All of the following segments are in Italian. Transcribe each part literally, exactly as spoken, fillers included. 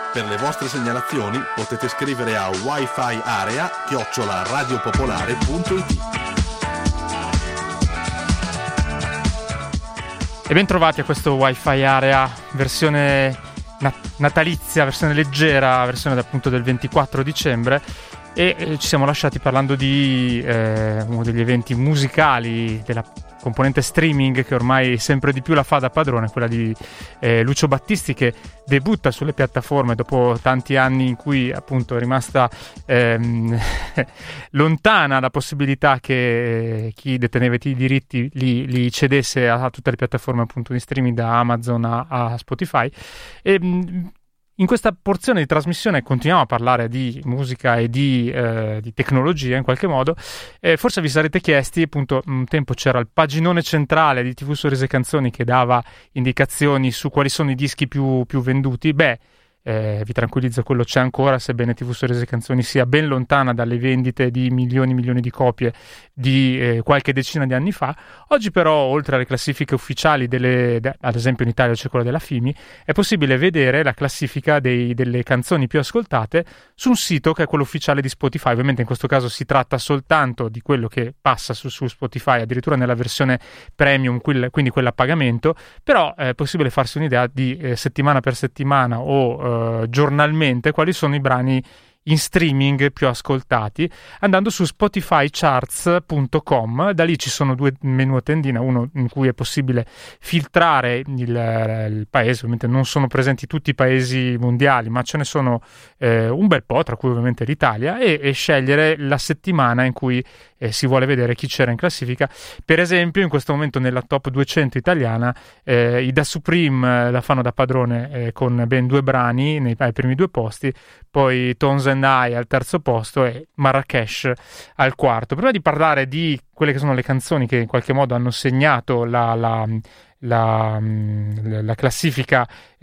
Per le vostre segnalazioni potete scrivere a wifi area chiocciola radiopopolare punto it. E ben trovati a questo Wi-Fi Area versione nat- natalizia, versione leggera, versione appunto del ventiquattro dicembre, e eh, ci siamo lasciati parlando di eh, uno degli eventi musicali della componente streaming che ormai sempre di più la fa da padrone, quella di eh, Lucio Battisti, che debutta sulle piattaforme dopo tanti anni in cui appunto è rimasta ehm, lontana la possibilità che eh, chi deteneva i diritti li, li cedesse a, a tutte le piattaforme appunto di streaming, da Amazon a, a Spotify. E mh, in questa porzione di trasmissione continuiamo a parlare di musica e di, eh, di tecnologia in qualche modo. Eh, forse vi sarete chiesti, appunto, un tempo c'era il paginone centrale di T V Sorrisi e Canzoni che dava indicazioni su quali sono i dischi più, più venduti. Beh, eh, vi tranquillizzo, quello c'è ancora, sebbene T V Sorrisi e Canzoni sia ben lontana dalle vendite di milioni e milioni di copie di eh, qualche decina di anni fa. Oggi però, oltre alle classifiche ufficiali delle, de, ad esempio in Italia c'è quella della Fimi, è possibile vedere la classifica dei, delle canzoni più ascoltate su un sito che è quello ufficiale di Spotify. Ovviamente in questo caso si tratta soltanto di quello che passa su, su Spotify, addirittura nella versione premium, quindi quella a pagamento, però è possibile farsi un'idea di eh, settimana per settimana o eh, giornalmente quali sono i brani in streaming più ascoltati, andando su spotify charts punto com. Da lì ci sono due menu a tendina, uno in cui è possibile filtrare il, il paese. Ovviamente non sono presenti tutti i paesi mondiali, ma ce ne sono eh, un bel po', tra cui ovviamente l'Italia, e, e scegliere la settimana in cui eh, si vuole vedere chi c'era in classifica. Per esempio in questo momento nella top duecento italiana eh, i Da Supreme la fanno da padrone eh, con ben due brani nei, ai primi due posti, poi Tones and I al terzo posto e Marrakesh al quarto. Prima di parlare di quelle che sono le canzoni che in qualche modo hanno segnato la, la, la, la classifica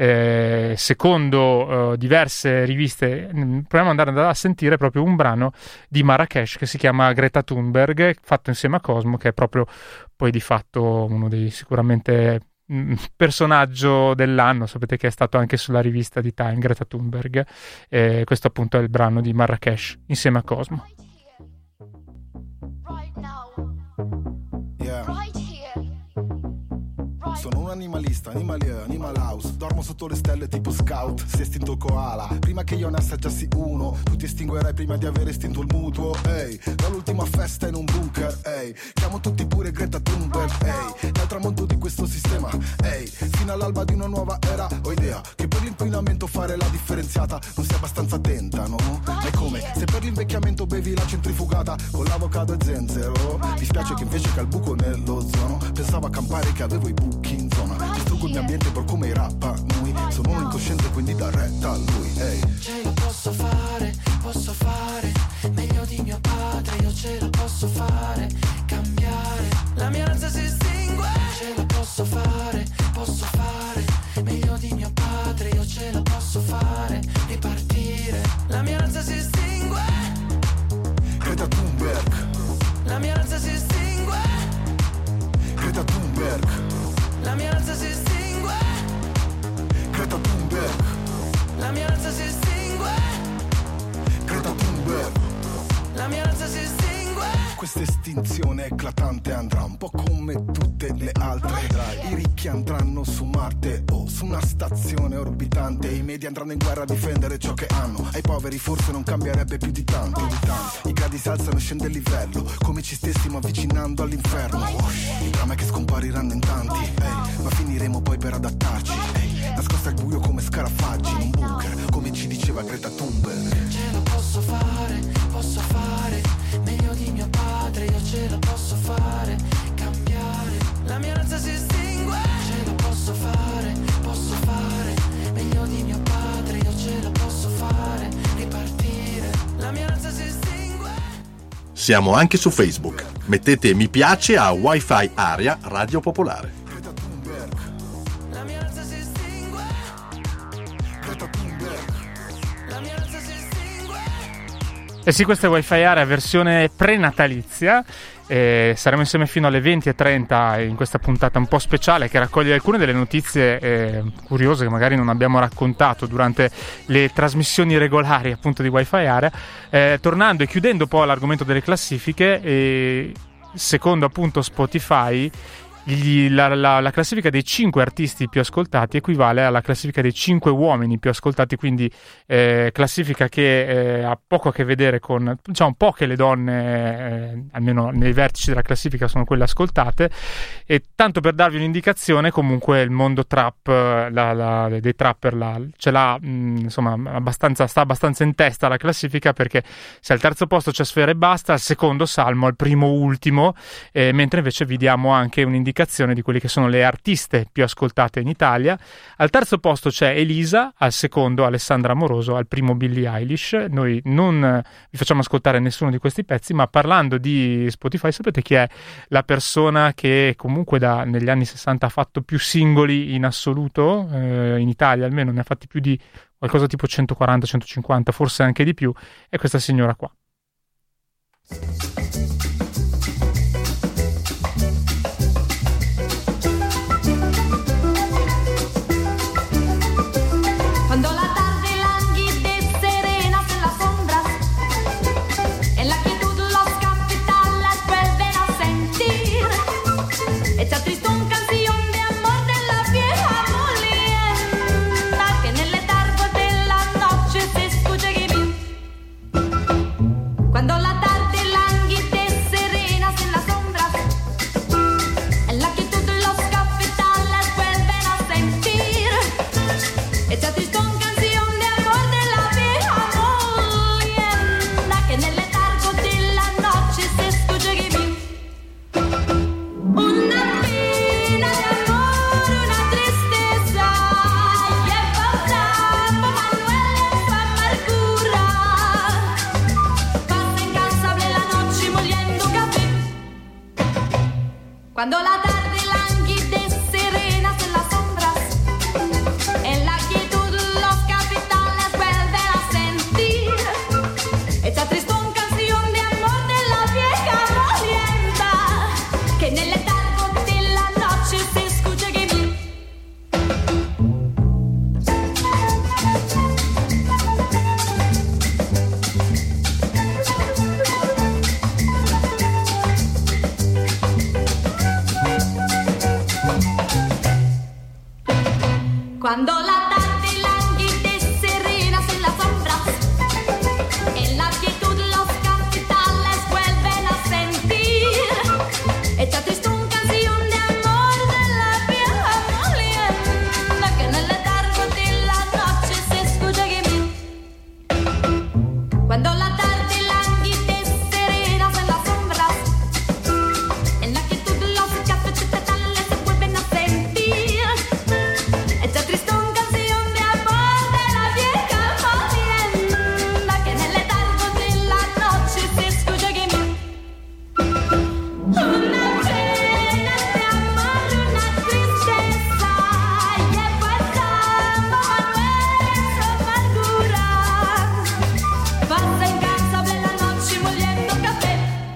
eh, secondo eh, diverse riviste, proviamo ad andare a sentire proprio un brano di Marrakesh che si chiama Greta Thunberg, fatto insieme a Cosmo, che è proprio poi di fatto uno dei sicuramente personaggio dell'anno. Sapete che è stato anche sulla rivista di Time, Greta Thunberg. Eh, questo appunto è il brano di Marrakesh insieme a Cosmo. Sono un animalista, animalier, animal house. Dormo sotto le stelle tipo scout. Si è estinto il koala prima che io ne assaggiassi uno. Tu ti estinguerai prima di aver estinto il mutuo. Ehi, dall'ultima festa in un bunker. Ehi, chiamo tutti pure Greta Thunberg. Ehi, dal tramonto di questo sistema. Ehi, fino all'alba di una nuova era. Ho idea che per l'inquinamento fare la differenziata non sia abbastanza attenta, no? È come se per l'invecchiamento bevi la centrifugata con l'avocado e zenzero. Dispiace che invece che al buco nell'ozono pensavo a campare che avevo i buchi in zona. Distruggo il mio ambiente per come rappa lui. Sono un incosciente quindi da retta a lui. Ehi, ce la posso fare, posso fare meglio di mio padre, io ce la posso fare, cambiare, la mia razza si estingue. Ce la posso fare, posso fare meglio di mio padre, io ce la posso fare, ripartire, la mia razza si estingue. Greta Thunberg, la mia razza si estingue. Greta Thunberg, la mia razza si estingue. Greta Thunberg, la mia razza si estingue. Greta Thunberg, la mia razza si estingue. questa estinzione eclatante andrà un po' come tutte le altre. I ricchi andranno su Marte o su una stazione orbitante. I media andranno in guerra a difendere ciò che hanno. Ai poveri forse non cambierebbe più di tanto, di tanto. I gradi si alzano e scende il livello, come ci stessimo avvicinando all'inferno. Il dramma è che scompariranno in tanti, ehi, ma finiremo poi per adattarci, ehi, nascosta al buio come scarafaggi in un bunker, come ci diceva Greta Thunberg. Ce la posso fare, posso fare meglio di mio padre, io ce la posso fare, cambiare, la mia razza si estingue. Ce la posso fare, posso fare meglio di mio padre, io ce la posso fare, ripartire, la mia razza si estingue. Siamo anche su Facebook. Mettete mi piace a Wi-Fi Area Radio Popolare. La mia razza si estingue. La mia razza si estingue. Eh sì, questa è Wi-Fi Area versione prenatalizia. Eh, saremo insieme fino alle venti e trenta in questa puntata un po' speciale che raccoglie alcune delle notizie eh, curiose che magari non abbiamo raccontato durante le trasmissioni regolari appunto di Wi-Fi Area, eh, tornando e chiudendo poi l'argomento delle classifiche. E secondo appunto Spotify Gli, la, la, la classifica dei cinque artisti più ascoltati equivale alla classifica dei cinque uomini più ascoltati, quindi eh, classifica che eh, ha poco a che vedere con, diciamo, poche le donne, eh, almeno nei vertici della classifica sono quelle ascoltate. E tanto per darvi un'indicazione, comunque il mondo trap, la, la, dei trapper la, ce l'ha mh, insomma abbastanza, sta abbastanza in testa la classifica, perché se al terzo posto c'è Sfera Ebbasta, al secondo Salmo, al primo ultimo, eh, mentre invece vi diamo anche un'indicazione di quelle che sono le artiste più ascoltate in Italia. Al terzo posto c'è Elisa, al secondo Alessandra Amoroso, al primo Billie Eilish. Noi non vi facciamo ascoltare nessuno di questi pezzi, ma parlando di Spotify, sapete chi è la persona che comunque da, negli anni sessanta ha fatto più singoli in assoluto, eh, in Italia almeno ne ha fatti più di qualcosa tipo centoquaranta centocinquanta, forse anche di più, è questa signora qua. Cuando la tarde languidece serenas en las sombras, en la quietud los capitales vuelven a sentir esta tristón canción de amor de la vieja molienda, que en el letargo de la noche se escucha gemir. Cuando la tarde languidece serenas en las sombras, en la quietud los capitales vuelven a sentir esta tristón canción de amor de la vieja molienda, que en el letargo de la noche se escucha gemir. Cuando la tarde languidece serenas en las sombras, en la quietud los capitales vuelven a sentir esta tristón canción de amor de la vieja molienda, que en el letargo de la noche se escucha gemir. Una pena de amor, una tristeza, lleva el campo Manuel en su amargura. Pasa incansable la noche moliendo café.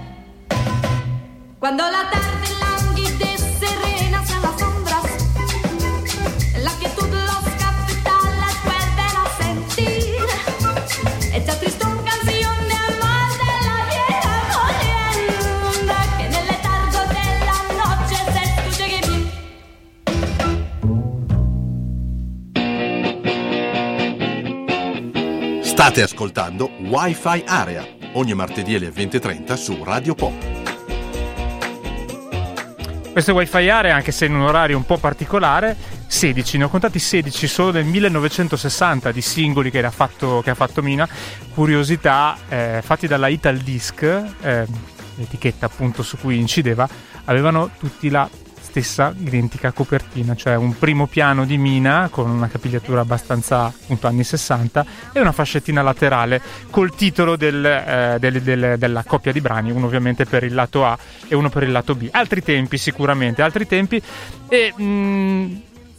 Cuando la tarde languidece serenas en las sombras, en la quietud los capitales vuelven a sentir esta tristón canción de amor de la vieja molienda, que en el letargo de la noche se escucha gemir. State ascoltando Wi-Fi Area, ogni martedì alle venti e trenta su Radio Pop. Questo è Wi-Fi Area, anche se in un orario un po' particolare. sedici, ne ho contati sedici solo nel millenovecentosessanta di singoli che ha fatto, che ha fatto Mina. Curiosità, eh, fatti dalla Ital Disc, eh, l'etichetta appunto su cui incideva, avevano tutti la stessa identica copertina, cioè un primo piano di Mina con una capigliatura abbastanza appunto anni sessanta e una fascettina laterale col titolo del, eh, del, del, della coppia di brani, uno ovviamente per il lato A e uno per il lato B. Altri tempi sicuramente, altri tempi e mh,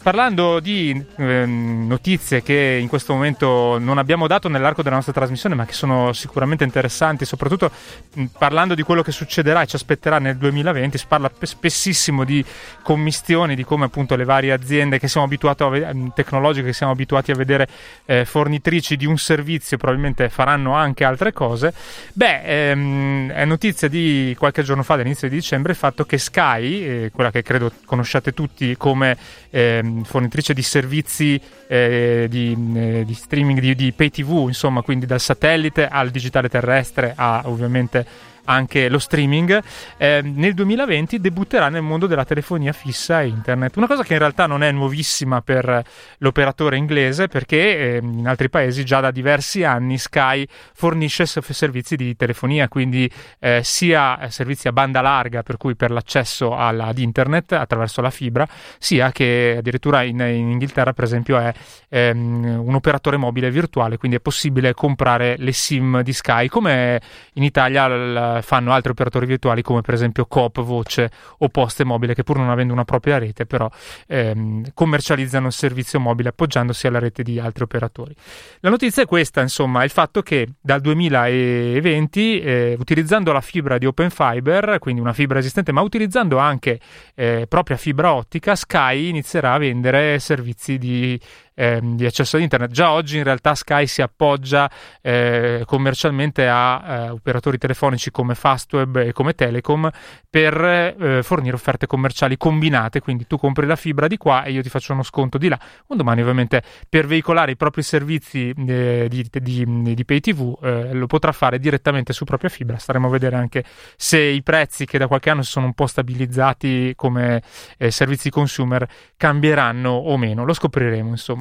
Parlando di eh, notizie che in questo momento non abbiamo dato nell'arco della nostra trasmissione, ma che sono sicuramente interessanti, soprattutto mh, parlando di quello che succederà e ci aspetterà nel duemilaventi, si parla spessissimo di commistioni, di come appunto le varie aziende che siamo abituati a vedere, tecnologiche che siamo abituati a vedere eh, fornitrici di un servizio, probabilmente faranno anche altre cose. Beh, ehm, è notizia di qualche giorno fa, all'inizio di dicembre, il fatto che Sky, eh, quella che credo conosciate tutti come ehm, fornitrice di servizi eh, di, eh, di streaming di, di pay tv, insomma, quindi dal satellite al digitale terrestre a ovviamente anche lo streaming, eh, nel duemilaventi debutterà nel mondo della telefonia fissa e internet, una cosa che in realtà non è nuovissima per l'operatore inglese, perché eh, in altri paesi già da diversi anni Sky fornisce servizi di telefonia, quindi eh, sia servizi a banda larga, per cui per l'accesso alla, ad internet attraverso la fibra, sia che addirittura in, in Inghilterra per esempio è ehm, un operatore mobile virtuale, quindi è possibile comprare le SIM di Sky, come in Italia l- fanno altri operatori virtuali come per esempio Coop, Voce o Poste Mobile, che pur non avendo una propria rete però ehm, commercializzano il servizio mobile appoggiandosi alla rete di altri operatori. La notizia è questa, insomma, il fatto che dal duemilaventi eh, utilizzando la fibra di Open Fiber, quindi una fibra esistente, ma utilizzando anche eh, propria fibra ottica, Sky inizierà a vendere servizi di Eh, di accesso ad internet. Già oggi in realtà Sky si appoggia eh, commercialmente a eh, operatori telefonici come Fastweb e come Telecom per eh, fornire offerte commerciali combinate, quindi tu compri la fibra di qua e io ti faccio uno sconto di là. Un domani ovviamente per veicolare i propri servizi eh, di, di, di pay tv eh, lo potrà fare direttamente su propria fibra. Staremo a vedere anche se i prezzi, che da qualche anno si sono un po' stabilizzati come eh, servizi consumer, cambieranno o meno. Lo scopriremo, insomma.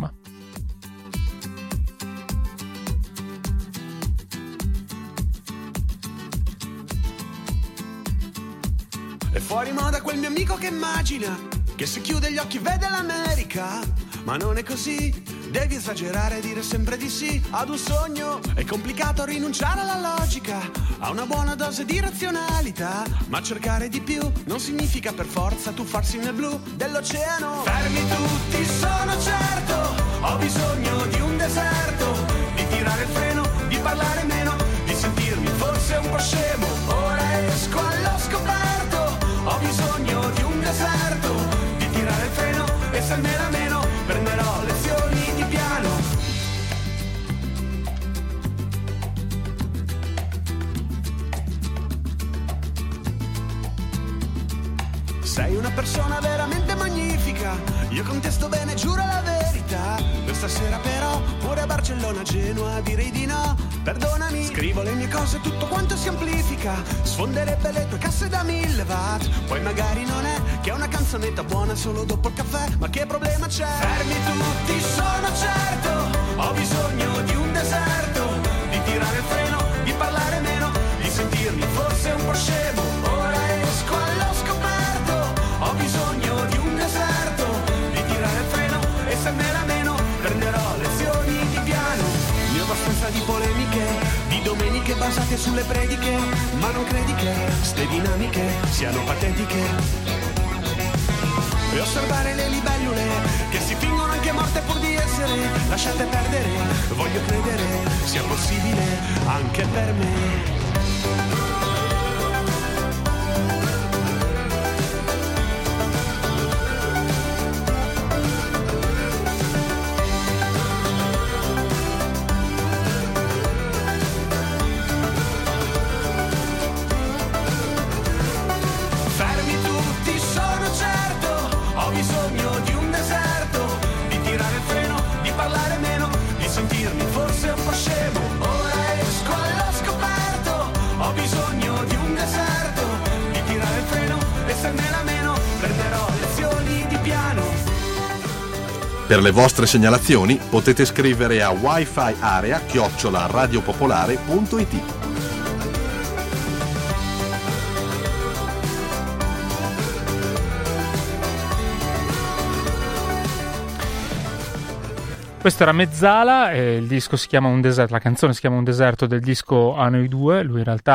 È fuori moda quel mio amico che immagina che se chiude gli occhi vede l'America, ma non è così. Devi esagerare e dire sempre di sì ad un sogno. È complicato rinunciare alla logica, a una buona dose di razionalità, ma cercare di più non significa per forza tuffarsi nel blu dell'oceano. Fermi tutti, sono certo, ho bisogno di un deserto, di tirare il freno, di parlare meno, di sentirmi forse un po' scemo. Ora esco allo scoperto, ho bisogno di un deserto, di tirare il freno e se almeno meno prenderò lezioni di piano. Sei una persona veramente magnifica, io contesto bene, giuro la verità. Questa sera però, pure a Barcellona, Genova, direi di no. Perdonami, scrivo le mie cose, tutto quanto si amplifica, sfonderebbe le tue casse da mille watt. Poi magari non è che è una canzonetta buona solo dopo il caffè, ma che problema c'è? Fermi tutti, sono certo, ho bisogno di un deserto, di tirare il freno, di parlare meno, di sentirmi forse un po' scemo. Ora esco allo scoperto, ho bisogno di un deserto, di tirare il freno e se me la meno prenderò lezioni di piano. Ne ho abbastanza di polemiche, di domeniche basate sulle prediche, ma non credi che ste dinamiche siano patetiche? E osservare le libellule che si fingono anche morte pur di essere lasciate perdere. Voglio credere sia possibile anche per me. Per le vostre segnalazioni potete scrivere a wifi area chiocciola radiopopolare punto it. Questo era Mezzala, eh, il disco si chiama Un deserto, la canzone si chiama Un deserto del disco A Noi Due. Lui in realtà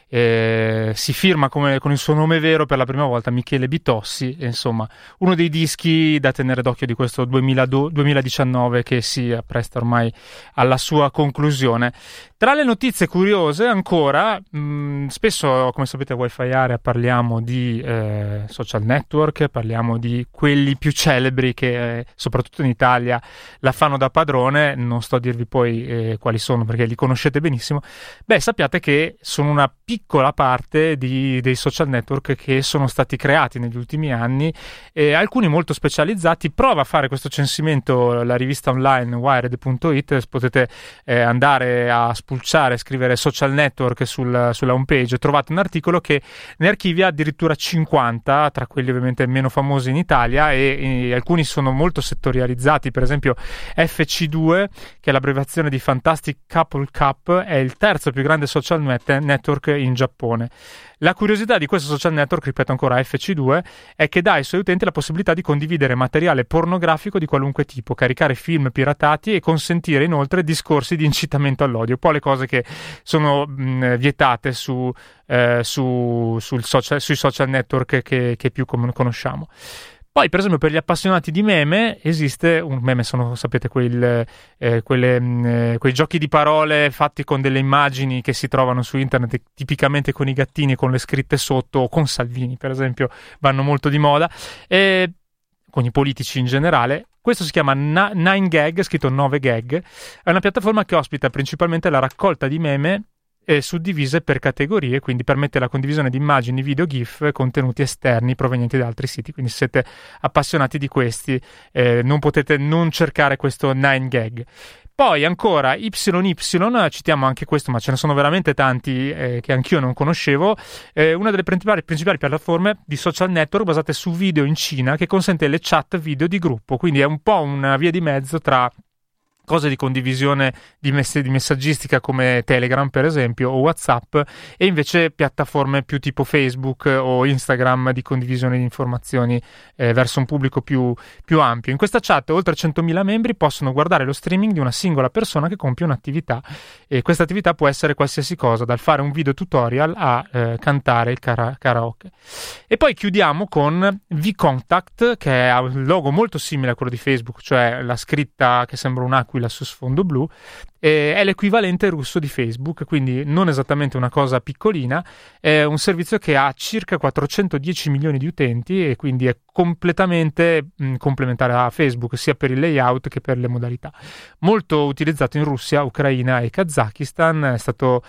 eh, si firma come, con il suo nome vero per la prima volta, Michele Bitossi, e insomma uno dei dischi da tenere d'occhio di questo duemiladiciannove che si appresta ormai alla sua conclusione. Tra le notizie curiose ancora, mh, spesso come sapete a Wi-Fi Area parliamo di eh, social network, parliamo di quelli più celebri che eh, soprattutto in Italia la fanno da padrone, non sto a dirvi poi eh, quali sono perché li conoscete benissimo. Beh, sappiate che sono una piccola parte di, dei social network che sono stati creati negli ultimi anni, e alcuni molto specializzati. Prova a fare questo censimento la rivista online wired punto it, potete eh, andare a spulciare, scrivere social network sul, sulla home page, trovate un articolo che ne archivia addirittura cinquanta, tra quelli ovviamente meno famosi in Italia, e, e alcuni sono molto settorializzati. Per esempio F C due, che è l'abbreviazione di Fantastic Couple Cup, è il terzo più grande social net- network in Giappone. La curiosità di questo social network, ripeto ancora F C due, è che dà ai suoi utenti la possibilità di condividere materiale pornografico di qualunque tipo, caricare film piratati e consentire inoltre discorsi di incitamento all'odio, un po' le cose che sono mh, vietate su, eh, su, sul social, sui social network che, che più conosciamo. Poi, per esempio, per gli appassionati di meme, esiste un meme, sono, sapete, quel, eh, quelle, mh, quei giochi di parole fatti con delle immagini che si trovano su internet, tipicamente con i gattini, con le scritte sotto, o con Salvini, per esempio, vanno molto di moda, e con i politici in generale. Questo si chiama nine gag, scritto nove gag, è una piattaforma che ospita principalmente la raccolta di meme e suddivise per categorie, quindi permette la condivisione di immagini, video, gif, contenuti esterni provenienti da altri siti. Quindi se siete appassionati di questi eh, non potete non cercare questo nine gag. Poi ancora Y Y, citiamo anche questo, ma ce ne sono veramente tanti eh, che anch'io non conoscevo, eh, una delle principali, principali piattaforme di social network basate su video in Cina, che consente le chat video di gruppo, quindi è un po' una via di mezzo tra cose di condivisione di, mess- di messaggistica come Telegram per esempio o WhatsApp, e invece piattaforme più tipo Facebook o Instagram di condivisione di informazioni eh, verso un pubblico più, più ampio. In questa chat oltre centomila membri possono guardare lo streaming di una singola persona che compie un'attività, e questa attività può essere qualsiasi cosa, dal fare un video tutorial a eh, cantare il cara- karaoke. E poi chiudiamo con VKontakte, che ha un logo molto simile a quello di Facebook, cioè la scritta che sembra un'aquila su sfondo blu, e è l'equivalente russo di Facebook, quindi non esattamente una cosa piccolina. È un servizio che ha circa quattrocentodieci milioni di utenti e quindi è completamente mh, complementare a Facebook sia per il layout che per le modalità. Molto utilizzato in Russia, Ucraina e Kazakistan, è stato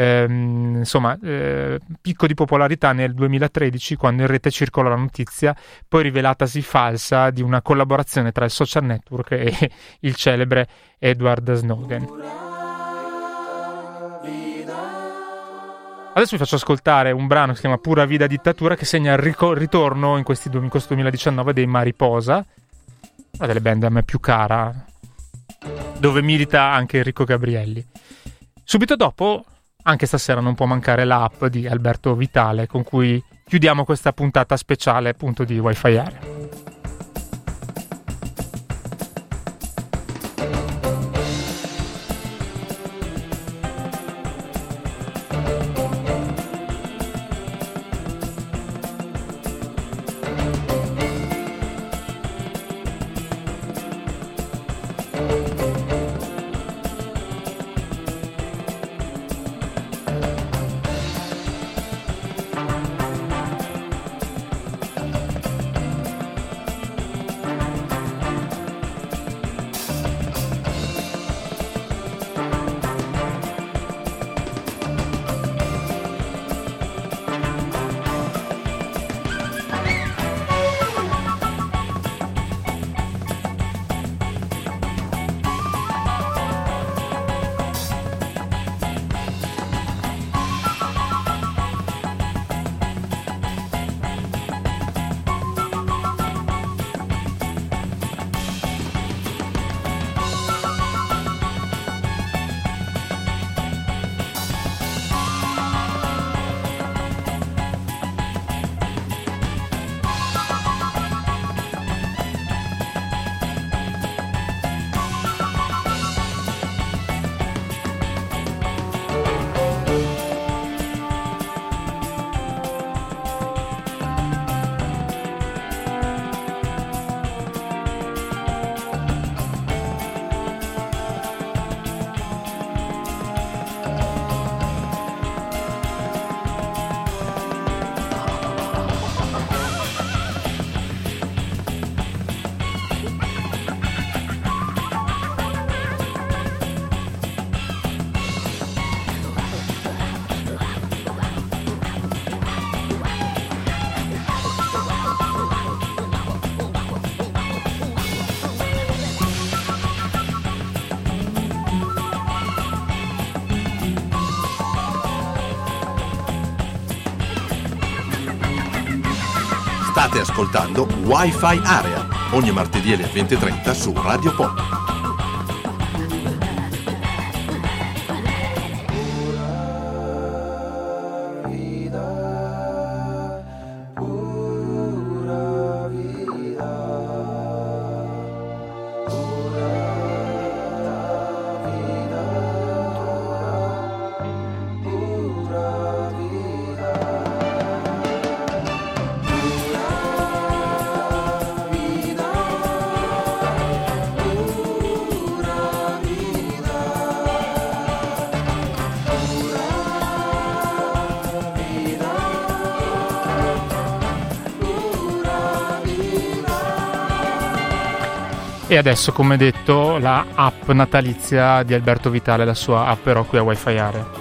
ehm, insomma eh, picco di popolarità nel duemilatredici, quando in rete circola la notizia, poi rivelatasi falsa, di una collaborazione tra il social network e il celebre Edward Snowden. Adesso vi faccio ascoltare un brano che si chiama Pura Vida Dittatura, che segna il rico- ritorno in, questi due, in questo duemiladiciannove dei Mariposa, una delle band a me più cara, dove milita anche Enrico Gabrielli. Subito dopo, anche stasera non può mancare l'app di Alberto Vitale, con cui chiudiamo questa puntata speciale appunto di Wi-Fi Area. State ascoltando Wi-Fi Area, ogni martedì alle venti e trenta su Radio Pop. E adesso, come detto, la app natalizia di Alberto Vitale, la sua app però qui a Wi-Fi Area.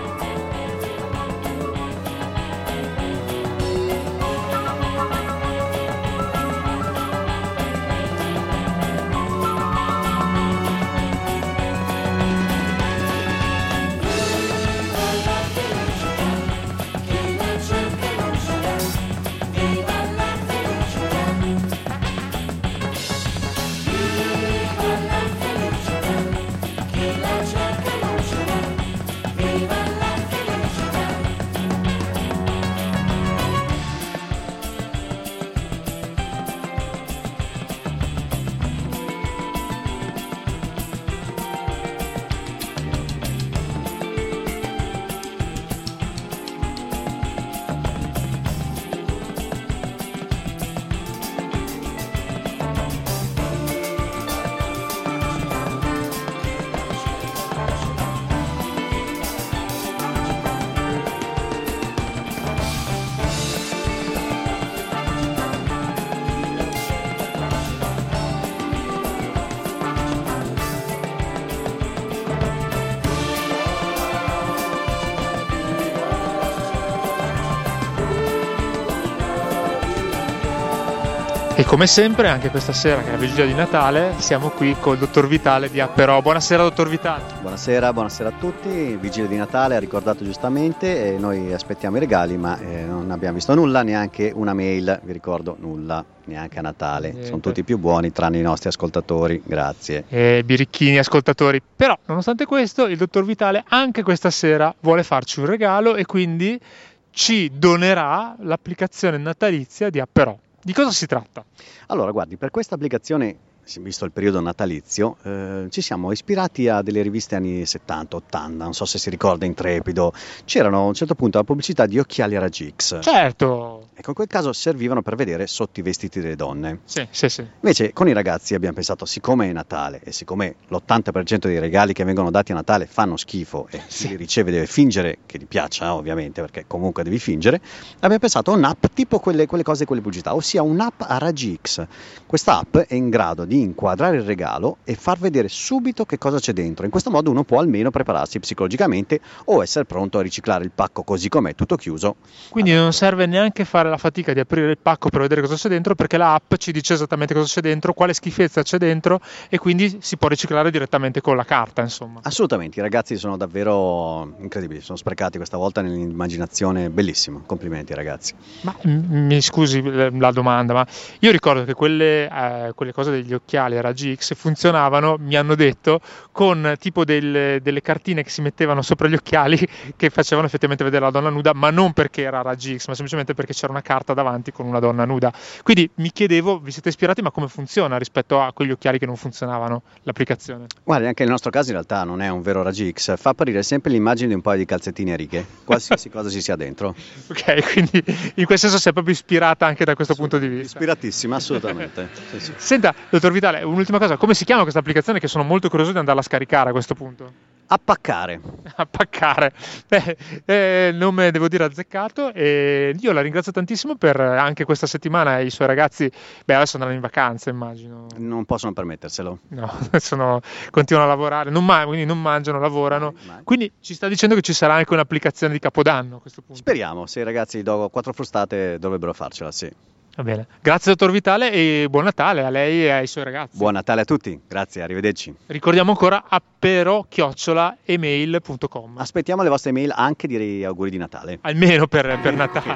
E come sempre, anche questa sera, che è la vigilia di Natale, siamo qui col dottor Vitale di Apperò. Buonasera, dottor Vitale. Buonasera, buonasera a tutti. Vigilia di Natale, ha ricordato giustamente, e noi aspettiamo i regali, ma eh, non abbiamo visto nulla, neanche una mail, vi ricordo, nulla, neanche a Natale. Niente. Sono tutti più buoni, tranne i nostri ascoltatori, grazie. E birichini ascoltatori. Però, nonostante questo, il dottor Vitale anche questa sera vuole farci un regalo e quindi ci donerà l'applicazione natalizia di Apperò. Di cosa si tratta? Allora, guardi, per questa applicazione, visto il periodo natalizio, eh, ci siamo ispirati a delle riviste anni settanta ottanta, non so se si ricorda, Intrepido. C'erano a un certo punto la pubblicità di occhiali a raggi X. Certo! Ecco, in quel caso servivano per vedere sotto i vestiti delle donne. Sì, sì, sì. Invece con i ragazzi abbiamo pensato, siccome è Natale e siccome l'ottanta per cento dei regali che vengono dati a Natale fanno schifo e sì. chi li riceve deve fingere che gli piaccia, ovviamente, perché comunque devi fingere, abbiamo pensato a un'app tipo quelle, quelle cose, quelle pubblicità, ossia un'app a raggi X. Questa app è in grado di inquadrare il regalo e far vedere subito che cosa c'è dentro. In questo modo uno può almeno prepararsi psicologicamente o essere pronto a riciclare il pacco così com'è, tutto chiuso. Quindi non serve neanche fare la fatica di aprire il pacco per vedere cosa c'è dentro, perché la app ci dice esattamente cosa c'è dentro, quale schifezza c'è dentro, e quindi si può riciclare direttamente con la carta, insomma. Assolutamente, i ragazzi sono davvero incredibili, sono sprecati questa volta nell'immaginazione, bellissimo, complimenti ragazzi. Ma mi scusi la domanda, ma io ricordo che quelle, eh, quelle cose degli occhiali a raggi X funzionavano, mi hanno detto, con tipo del, delle cartine che si mettevano sopra gli occhiali che facevano effettivamente vedere la donna nuda, ma non perché era raggi X, ma semplicemente perché c'era una carta davanti con una donna nuda. Quindi mi chiedevo, vi siete ispirati, ma come funziona rispetto a quegli occhiali che non funzionavano, l'applicazione? Guardi, anche nel nostro caso in realtà non è un vero raggi X, fa apparire sempre l'immagine di un paio di calzettini a righe, qualsiasi cosa ci sia dentro. Ok, quindi in quel senso si è proprio ispirata anche da questo punto di vista. Ispiratissima, assolutamente. Sì, sì. Senta, dottor Vitale, un'ultima cosa, come si chiama questa applicazione, che sono molto curioso di andarla a scaricare a questo punto? Appaccare. Appaccare. Beh, eh, nome devo dire azzeccato, e io la ringrazio tantissimo per anche questa settimana. I suoi ragazzi, beh, adesso andranno in vacanza, immagino. Non possono permetterselo. No, sono, continuano a lavorare, non ma- quindi non mangiano, lavorano. Mai, mai. Quindi ci sta dicendo che ci sarà anche un'applicazione di Capodanno a questo punto. Speriamo, se i ragazzi do quattro frustate dovrebbero farcela, sì. Va bene. Grazie dottor Vitale e buon Natale a lei e ai suoi ragazzi. Buon Natale a tutti, grazie, arrivederci. Ricordiamo ancora apperò chiocciola email punto com. Aspettiamo le vostre mail anche di auguri di Natale. Almeno per, per Natale.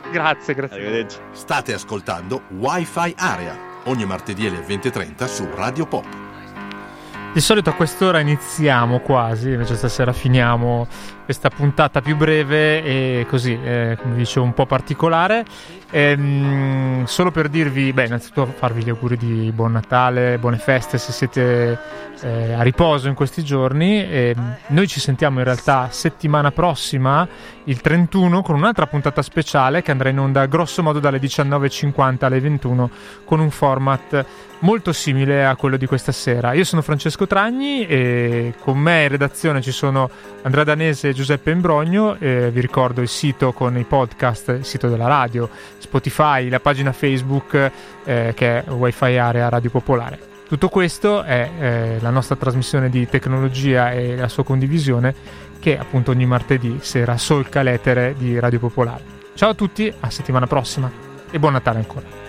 Grazie, grazie. Arrivederci. State ascoltando Wi-Fi Area, ogni martedì alle venti e trenta su Radio Pop. Di solito a quest'ora iniziamo quasi, invece stasera finiamo questa puntata più breve e così, eh, come dicevo, un po' particolare. Ehm, solo per dirvi, beh, innanzitutto farvi gli auguri di buon Natale, buone feste se siete eh, a riposo in questi giorni. E noi ci sentiamo in realtà settimana prossima, il trentuno, con un'altra puntata speciale che andrà in onda grosso modo dalle diciannove e cinquanta alle ventuno, con un format molto simile a quello di questa sera. Io sono Francesco Tragni e con me in redazione ci sono Andrea Danese e Giuseppe Imbrogno. Eh, vi ricordo il sito con i podcast, il sito della radio, Spotify, la pagina Facebook eh, che è Wi-Fi Area Radio Popolare. Tutto questo è eh, la nostra trasmissione di tecnologia e la sua condivisione, che appunto ogni martedì sera solca l'etere di Radio Popolare. Ciao a tutti, a settimana prossima e buon Natale ancora.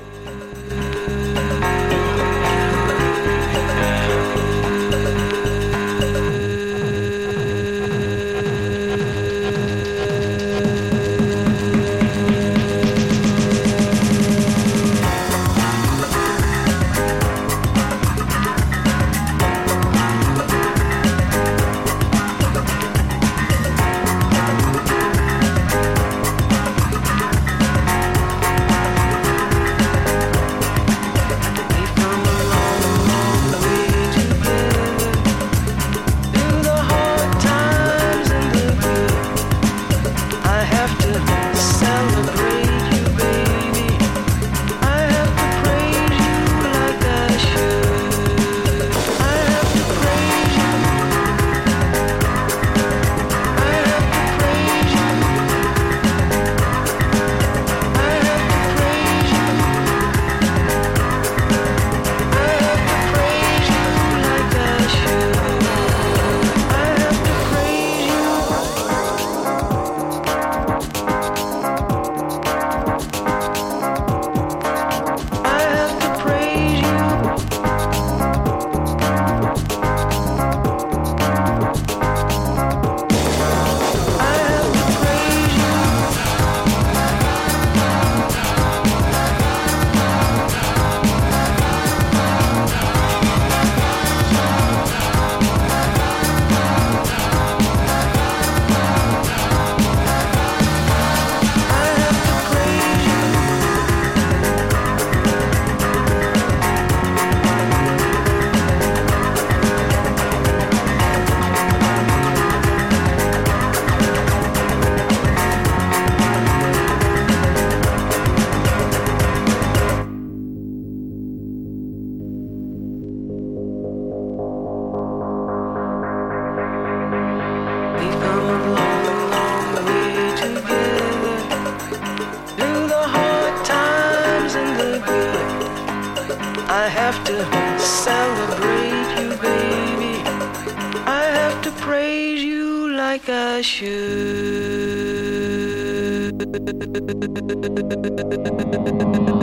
I have to celebrate you, baby. I have to praise you like I should.